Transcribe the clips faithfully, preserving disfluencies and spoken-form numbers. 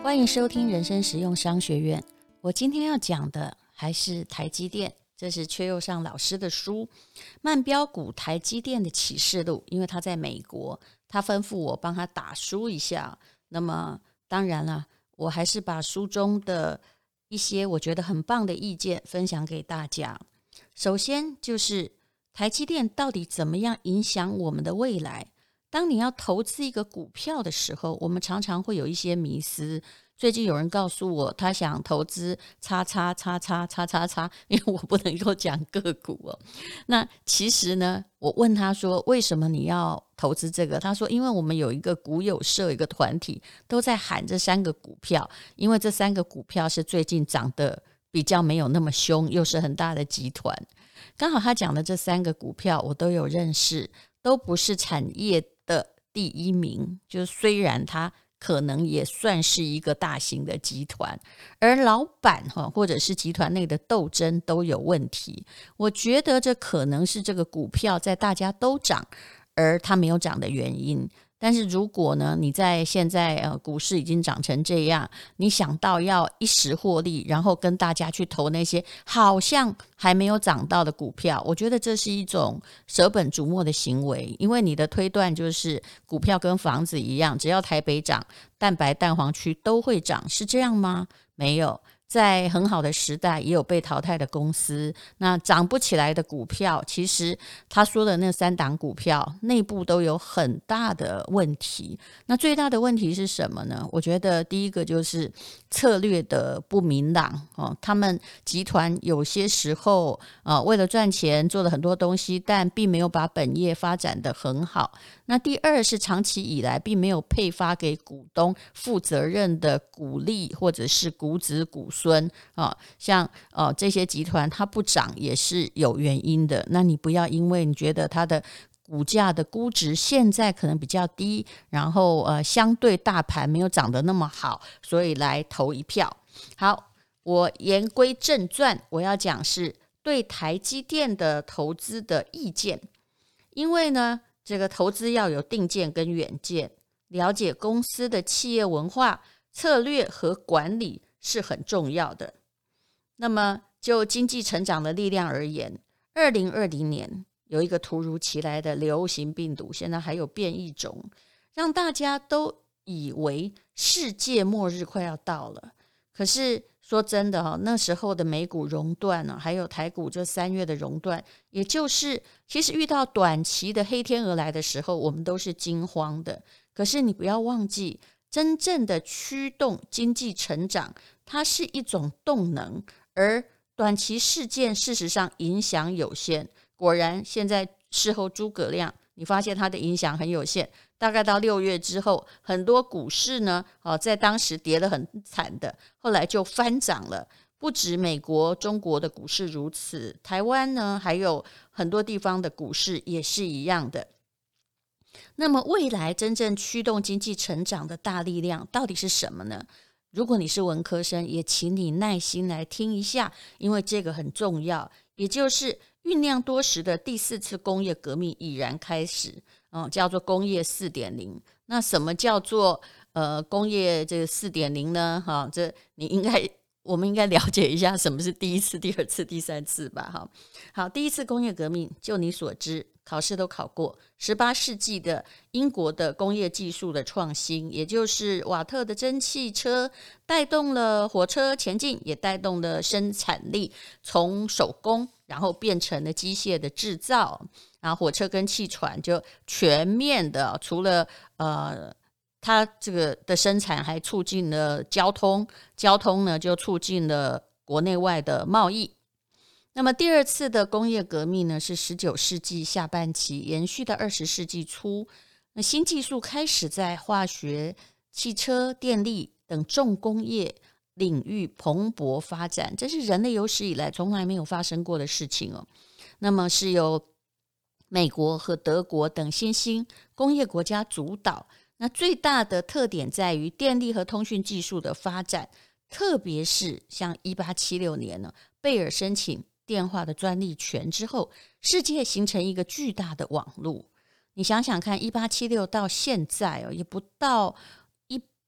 欢迎收听人生实用商学院。我今天要讲的还是台积电，这是阙佑尚老师的书《慢标股台积电的启示录》。因为他在美国，他吩咐我帮他打书一下。那么当然了，我还是把书中的一些我觉得很棒的意见分享给大家。首先就是台积电到底怎么样影响我们的未来。当你要投资一个股票的时候，我们常常会有一些迷思。最近有人告诉我，他想投资叉叉叉叉叉叉叉，因为我不能够讲个股哦。那其实呢，我问他说，为什么你要投资这个？他说，因为我们有一个股友社，一个团体都在喊这三个股票，因为这三个股票是最近涨得比较没有那么凶，又是很大的集团。刚好他讲的这三个股票我都有认识，都不是产业的第一名，就是虽然它可能也算是一个大型的集团，而老板或者是集团内的斗争都有问题。我觉得这可能是这个股票在大家都涨而它没有涨的原因。但是如果呢，你在现在呃股市已经涨成这样，你想到要一时获利，然后跟大家去投那些好像还没有涨到的股票，我觉得这是一种舍本逐末的行为。因为你的推断就是股票跟房子一样，只要台北涨，蛋白蛋黄区都会涨，是这样吗？没有。在很好的时代也有被淘汰的公司，那涨不起来的股票，其实他说的那三档股票内部都有很大的问题。那最大的问题是什么呢？我觉得第一个就是策略的不明朗、哦、他们集团有些时候、呃、为了赚钱做了很多东西，但并没有把本业发展得很好。那第二是长期以来并没有配发给股东负责任的股利或者是股子股孙、哦、像、呃、这些集团它不涨也是有原因的。那你不要因为你觉得它的股价的估值现在可能比较低，然后呃相对大盘没有涨得那么好，所以来投一票。好，我言归正传，我要讲是对台积电的投资的意见。因为呢这个投资要有定见跟远见，了解公司的企业文化、策略和管理是很重要的。那么就经济成长的力量而言，二零二零年有一个突如其来的流行病毒，现在还有变异种，让大家都以为世界末日快要到了。可是说真的、哦、那时候的美股熔断、啊、还有台股这三月的熔断，也就是其实遇到短期的黑天鹅来的时候，我们都是惊慌的。可是你不要忘记，真正的驱动经济成长，它是一种动能，而短期事件事实上影响有限。果然现在事后诸葛亮，你发现它的影响很有限。大概到六月之后，很多股市呢、哦、在当时跌得很惨的，后来就翻涨了。不止美国、中国的股市如此，台湾呢还有很多地方的股市也是一样的。那么未来真正驱动经济成长的大力量到底是什么呢？如果你是文科生，也请你耐心来听一下，因为这个很重要。也就是酝酿多时的第四次工业革命已然开始、嗯、叫做工业 四点零。 那什么叫做呃工业这个 四点零 呢？哈，这你应该我们应该了解一下什么是第一次、第二次、第三次吧。哈，好，第一次工业革命，就你所知，考试都考过，十八世纪的英国的工业技术的创新，也就是瓦特的蒸汽车带动了火车前进，也带动了生产力从手工然后变成了机械的制造，然后火车跟汽船就全面的，除了呃它这个的生产还促进了交通，交通呢就促进了国内外的贸易。那么第二次的工业革命呢，是十九世纪下半期延续到二十世纪初，那新技术开始在化学、汽车、电力等重工业领域蓬勃发展，这是人类有史以来从来没有发生过的事情哦。那么是由美国和德国等新兴工业国家主导。那最大的特点在于电力和通讯技术的发展，特别是像一八七六年呢，贝尔申请电话的专利权之后，世界形成一个巨大的网络。你想想看，一八七六到现在、哦、也不到一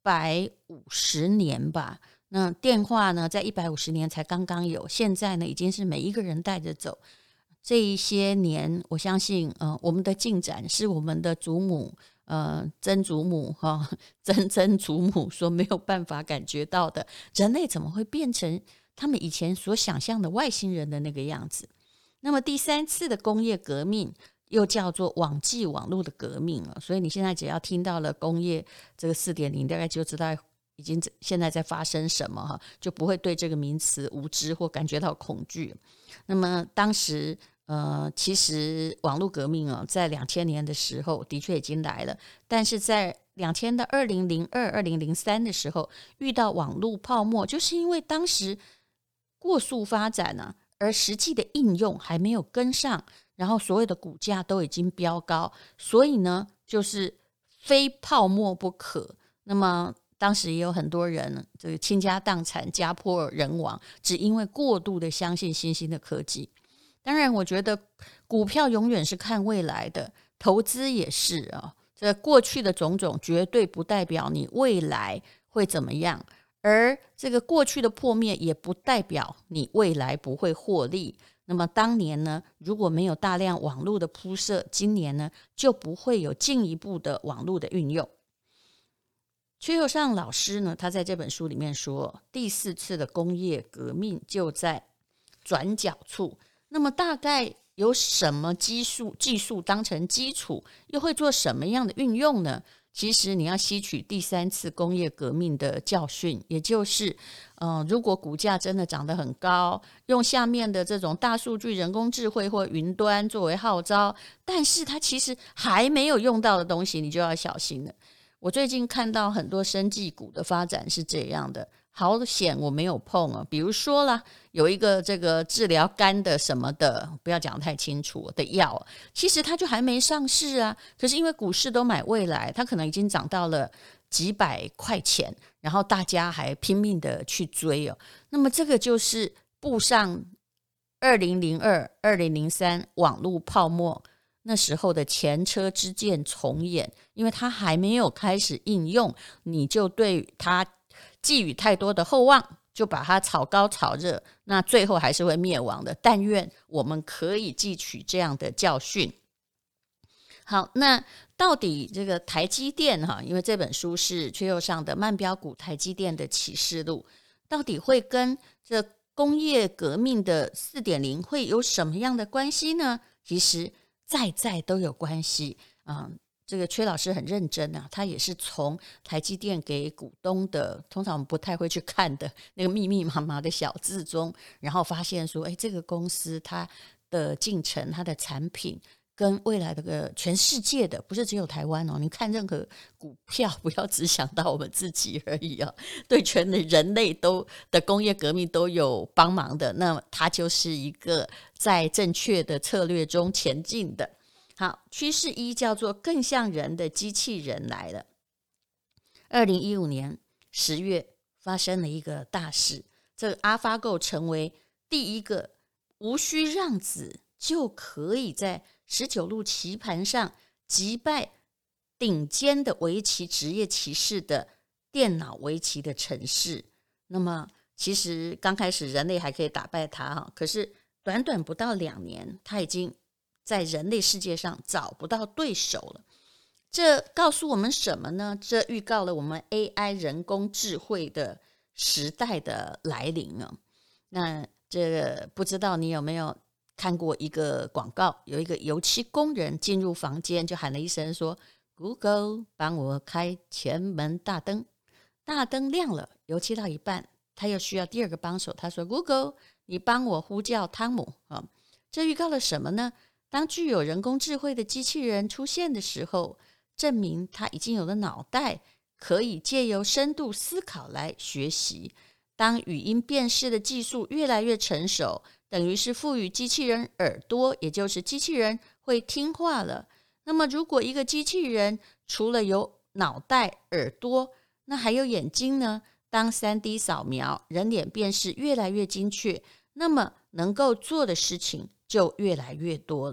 百五十年吧。那电话呢，在一百五十年才刚刚有，现在呢，已经是每一个人带着走。这一些年，我相信，呃，我们的进展是我们的祖母、呃，曾祖母、哈、哦、曾曾祖母所没有办法感觉到的。人类怎么会变成他们以前所想象的外星人的那个样子？那么第三次的工业革命又叫做网际网络的革命了。所以你现在只要听到了工业这个 四点零， 大概就知道已经现在在发生什么哈，就不会对这个名词无知或感觉到恐惧。那么当时呃，其实网络革命哦，在两千年的时候的确已经来了，但是在两千到二零零二、二零零三的时候遇到网络泡沫，就是因为当时过速发展啊，而实际的应用还没有跟上，然后所有的股价都已经飙高，所以呢，就是非泡沫不可。那么当时也有很多人这个倾家荡产、家破人亡，只因为过度的相信新兴的科技。当然，我觉得股票永远是看未来的，投资也是啊。这过去的种种绝对不代表你未来会怎么样，而这个过去的破灭也不代表你未来不会获利。那么当年呢，如果没有大量网络的铺设，今年呢就不会有进一步的网络的运用。瞿友尚老师呢，他在这本书里面说，第四次的工业革命就在转角处。那么大概有什么技术技术当成基础，又会做什么样的运用呢？其实你要吸取第三次工业革命的教训，也就是，呃，如果股价真的涨得很高，用下面的这种大数据、人工智慧或云端作为号召，但是它其实还没有用到的东西，你就要小心了。我最近看到很多生技股的发展是这样的，好险我没有碰啊。比如说啦，有一个这个治疗肝的什么的，不要讲太清楚的药，其实它就还没上市啊。可是因为股市都买未来，它可能已经涨到了几百块钱，然后大家还拼命的去追哦。那么这个就是步上二零零二、二零零三网络泡沫那时候的前车之鉴重演，因为它还没有开始应用，你就对它寄予太多的厚望，就把它炒高炒热，那最后还是会灭亡的。但愿我们可以汲取这样的教训。好，那到底这个台积电哈，因为这本书是瞿友尚的《慢标股台积电的启示录》，到底会跟这工业革命的 四点零 会有什么样的关系呢？其实在在都有关系啊、嗯。这个瞿老师很认真啊，他也是从台积电给股东的，通常我们不太会去看的那个密密麻麻的小字中，然后发现说，哎，这个公司它的进程、它的产品跟未来的全世界的，不是只有台湾哦，你看任何股票，不要只想到我们自己而已哦，对全人类都的工业革命都有帮忙的，那它就是一个在正确的策略中前进的。好，趋势一叫做更像人的机器人来了。二零一五年十月发生了一个大事，这个 AlphaGo 成为第一个无需让子就可以在十九路棋盘上击败顶尖的围棋职业棋士的电脑围棋的程式。那么其实刚开始人类还可以打败它，可是短短不到两年，它已经在人类世界上找不到对手了。这告诉我们什么呢？这预告了我们 A I 人工智慧的时代的来临了。那这个不知道你有没有看过一个广告，有一个油漆工人进入房间就喊了一声说 Google 帮我开前门大灯。大灯亮了，油漆到一半，他又需要第二个帮手，他说 Google 你帮我呼叫汤姆、哦、这预告了什么呢？当具有人工智慧的机器人出现的时候，证明它已经有了脑袋，可以借由深度思考来学习。当语音辨识的技术越来越成熟，等于是赋予机器人耳朵，也就是机器人会听话了。那么如果一个机器人除了有脑袋、耳朵，那还有眼睛呢？当 三 D 扫描、人脸辨识越来越精确，那么能够做的事情就越来越多了。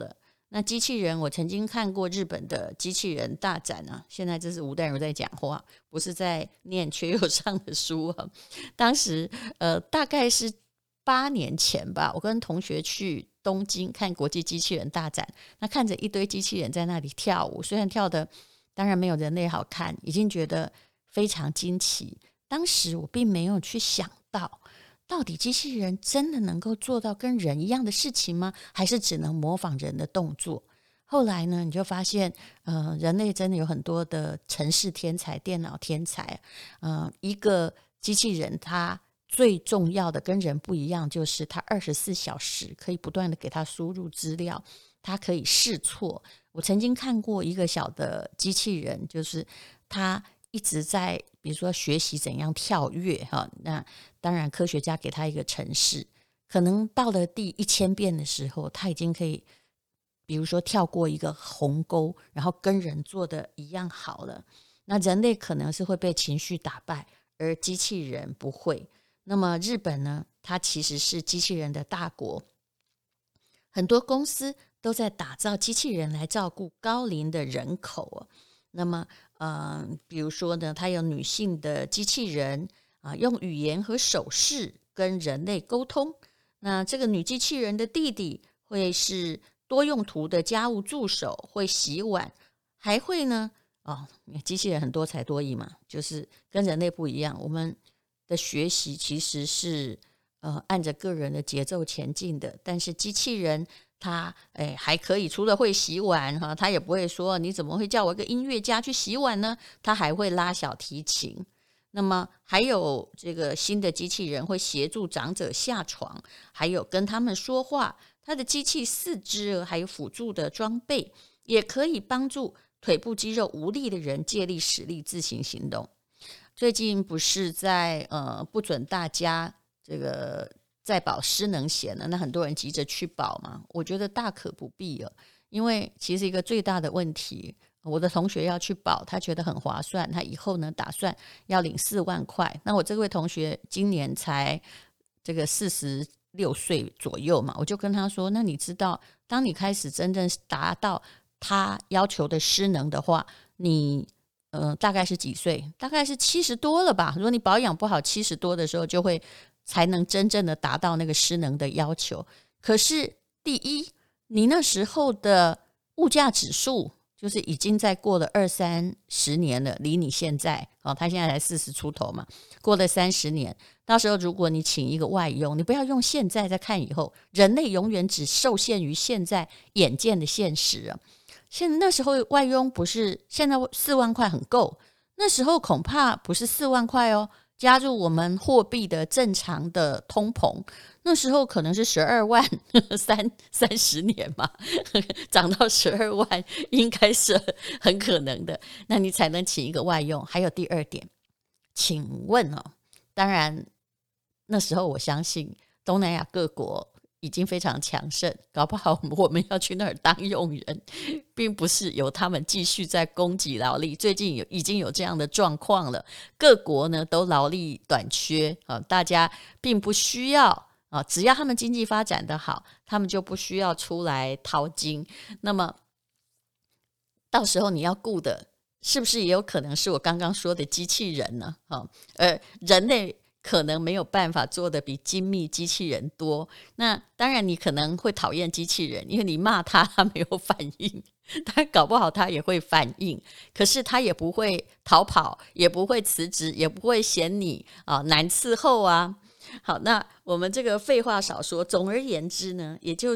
那机器人，我曾经看过日本的机器人大展啊，现在这是吴淡如在讲话，不是在念缺右上的书啊。当时呃，大概是八年前吧，我跟同学去东京看国际机器人大展，那看着一堆机器人在那里跳舞，虽然跳的当然没有人类好看，已经觉得非常惊奇。当时我并没有去想到，到底机器人真的能够做到跟人一样的事情吗？还是只能模仿人的动作？后来呢，你就发现，呃，人类真的有很多的程式天才、电脑天才。呃，一个机器人它最重要的跟人不一样，就是它二十四小时可以不断的给它输入资料，它可以试错。我曾经看过一个小的机器人，就是它一直在比如说学习怎样跳跃哈，那当然科学家给他一个程式，可能到了第一千遍的时候，他已经可以比如说跳过一个鸿沟，然后跟人做的一样好了。那人类可能是会被情绪打败，而机器人不会。那么日本呢，它其实是机器人的大国，很多公司都在打造机器人来照顾高龄的人口。那么呃，比如说呢，它有女性的机器人啊，用语言和手势跟人类沟通。那这个女机器人的弟弟会是多用途的家务助手，会洗碗，还会呢，哦，机器人很多才多艺嘛，就是跟人类不一样。我们的学习其实是呃按着个人的节奏前进的，但是机器人他哎还可以，除了会洗碗哈，他也不会说你怎么会叫我一个音乐家去洗碗呢？他还会拉小提琴。那么还有这个新的机器人会协助长者下床，还有跟他们说话。它的机器四肢还有辅助的装备，也可以帮助腿部肌肉无力的人借力使力自行行动。最近不是在呃不准大家这个在保失能险了，那很多人急着去保嘛，我觉得大可不必了。因为其实一个最大的问题，我的同学要去保，他觉得很划算，他以后呢打算要领四万块。那我这位同学今年才这个四十六岁左右嘛，我就跟他说，那你知道当你开始真正达到他要求的失能的话，你呃大概是几岁？大概是七十多了吧。如果你保养不好，七十多的时候就会才能真正的达到那个失能的要求。可是第一，你那时候的物价指数就是已经在过了二三十年了，离你现在哦，他现在才四十出头嘛，过了三十年，到时候如果你请一个外佣，你不要用现在再看以后，人类永远只受限于现在眼见的现实啊。现那时候外佣不是现在四万块很够，那时候恐怕不是四万块哦，加入我们货币的正常的通膨，那时候可能是十二万，三三十年嘛，涨到十二万应该是很可能的，那你才能请一个外佣。还有第二点，请问哦，当然那时候我相信东南亚各国已经非常强盛，搞不好我们要去那儿当佣人，并不是由他们继续在供给劳力。最近有已经有这样的状况了，各国呢都劳力短缺啊，大家并不需要啊，只要他们经济发展得好，他们就不需要出来掏金。那么到时候你要雇的是不是也有可能是我刚刚说的机器人呢？啊，呃，人类可能没有办法做的比精密机器人多。那当然你可能会讨厌机器人，因为你骂他他没有反应，他搞不好他也会反应，可是他也不会逃跑，也不会辞职，也不会嫌你啊难伺候啊。好，那我们这个废话少说，总而言之呢，也就是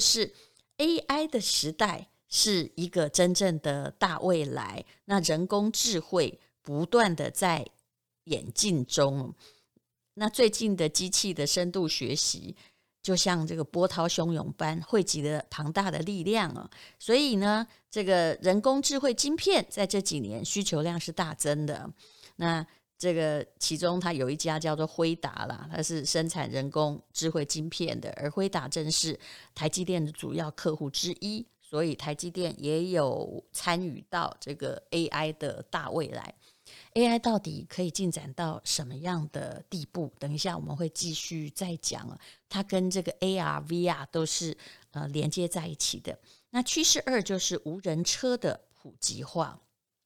A I 的时代是一个真正的大未来，那人工智慧不断的在演进中。那最近的机器的深度学习就像这个波涛汹涌般汇集了庞大的力量啊，所以呢，这个人工智慧晶片在这几年需求量是大增的。那这个其中它有一家叫做辉达啦，它是生产人工智慧晶片的，而辉达正是台积电的主要客户之一，所以台积电也有参与到这个 A I 的大未来。A I 到底可以进展到什么样的地步？等一下我们会继续再讲啊，它跟这个 A R、V R 都是呃连接在一起的。 那趋势二就是无人车的普及化。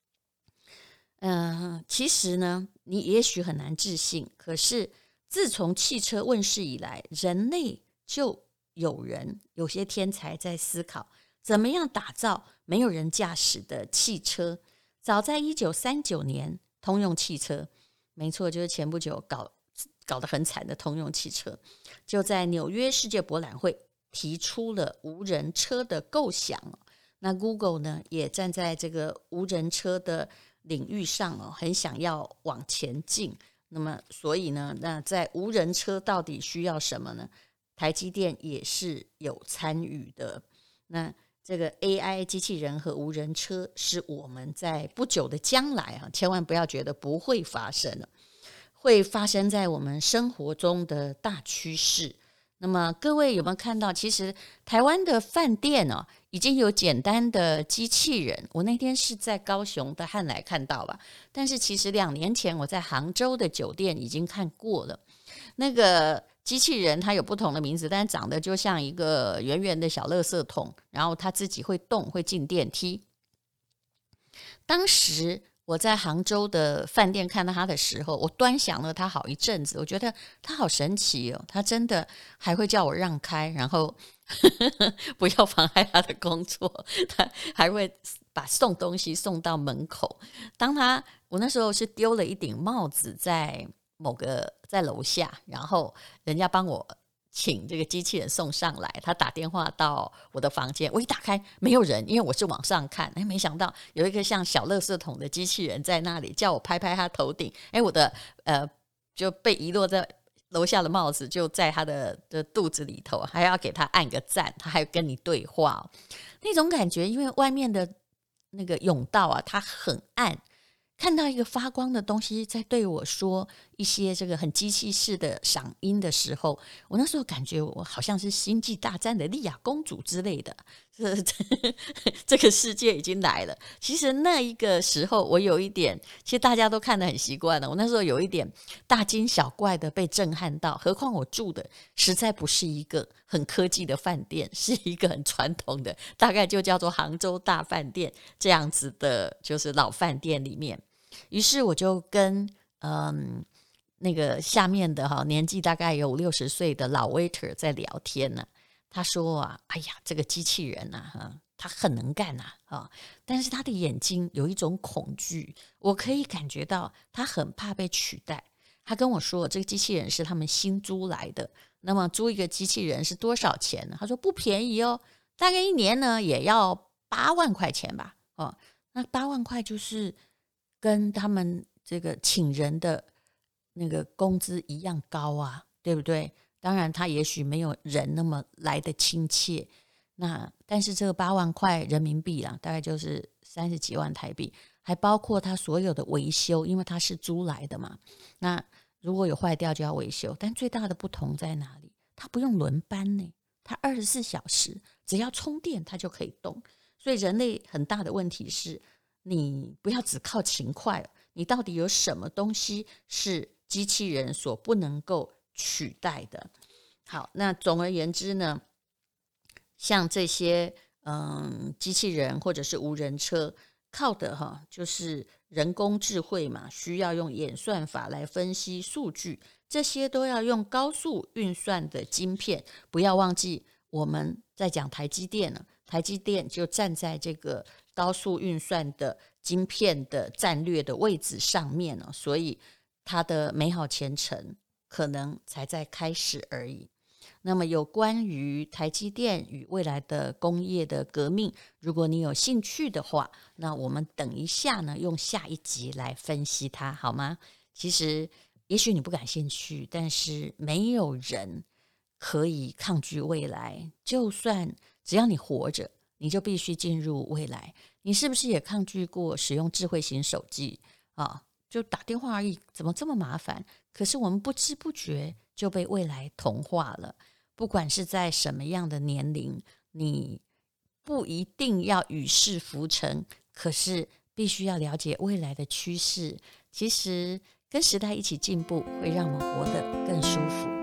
嗯、呃，其实呢，你也许很难置信，可是自从汽车问世以来，人类就有人有些天才在思考，怎么样打造没有人驾驶的汽车。早在一九三九年，通用汽车，没错，就是前不久搞搞得很惨的通用汽车，就在纽约世界博览会提出了无人车的构想。那 Google 呢，也站在这个无人车的领域上哦，很想要往前进。那么，所以呢，那在无人车到底需要什么呢？台积电也是有参与的。那这个 A I 机器人和无人车是我们在不久的将来啊，千万不要觉得不会发生了，会发生在我们生活中的大趋势。那么各位有没有看到，其实台湾的饭店哦，已经有简单的机器人。我那天是在高雄的汉来看到吧，但是其实两年前我在杭州的酒店已经看过了。那个机器人它有不同的名字，但长得就像一个圆圆的小垃圾桶，然后它自己会动，会进电梯。当时我在杭州的饭店看到它的时候，我端详了它好一阵子，我觉得它好神奇哦，它真的还会叫我让开，然后不要妨碍他的工作，他还会把送东西送到门口。当他我那时候是丢了一顶帽子在某个在楼下，然后人家帮我请这个机器人送上来，他打电话到我的房间，我一打开没有人，因为我是往上看，哎，没想到有一个像小垃圾桶的机器人在那里，叫我拍拍他头顶，哎，我的呃就被遗落在楼下的帽子就在他的的肚子里头，还要给他按个赞，他还跟你对话哦，那种感觉，因为外面的那个甬道啊，它很暗。看到一个发光的东西在对我说一些这个很机器式的嗓音的时候，我那时候感觉我好像是星际大战的莉亚公主之类的，这这个世界已经来了。其实那一个时候我有一点，其实大家都看得很习惯了，我那时候有一点大惊小怪的被震撼到，何况我住的实在不是一个很科技的饭店，是一个很传统的，大概就叫做杭州大饭店这样子的，就是老饭店里面。于是我就跟嗯那个下面的哈年纪大概有五六十岁的老 waiter 在聊天呢、啊。他说啊，哎呀，这个机器人啊，哈，他很能干啊，啊，但是他的眼睛有一种恐惧，我可以感觉到他很怕被取代。他跟我说，这个机器人是他们新租来的。那么租一个机器人是多少钱呢？他说不便宜哦，大概一年呢也要八万块钱吧。哦，那八万块就是跟他们这个请人的那个工资一样高啊，对不对？当然他也许没有人那么来的亲切，那但是这个八万块人民币啦，大概就是三十几万台币，还包括他所有的维修，因为他是租来的嘛，那如果有坏掉就要维修。但最大的不同在哪里？他不用轮班呢，他二十四小时只要充电他就可以动。所以人类很大的问题是，你不要只靠勤快，你到底有什么东西是机器人所不能够取代的？好，那总而言之呢，像这些嗯机器人或者是无人车，靠的哈就是人工智慧嘛，需要用演算法来分析数据，这些都要用高速运算的晶片。不要忘记我们在讲台积电呢，台积电就站在这个高速运算的晶片的战略的位置上面呢，所以它的美好前程可能才在开始而已。那么有关于台积电与未来的工业的革命，如果你有兴趣的话，那我们等一下呢，用下一集来分析它，好吗？其实也许你不感兴趣，但是没有人可以抗拒未来，就算只要你活着，你就必须进入未来。你是不是也抗拒过使用智慧型手机啊？就打电话而已，怎么这么麻烦？可是我们不知不觉就被未来同化了。不管是在什么样的年龄，你不一定要与世浮沉，可是必须要了解未来的趋势。其实跟时代一起进步，会让我们活得更舒服。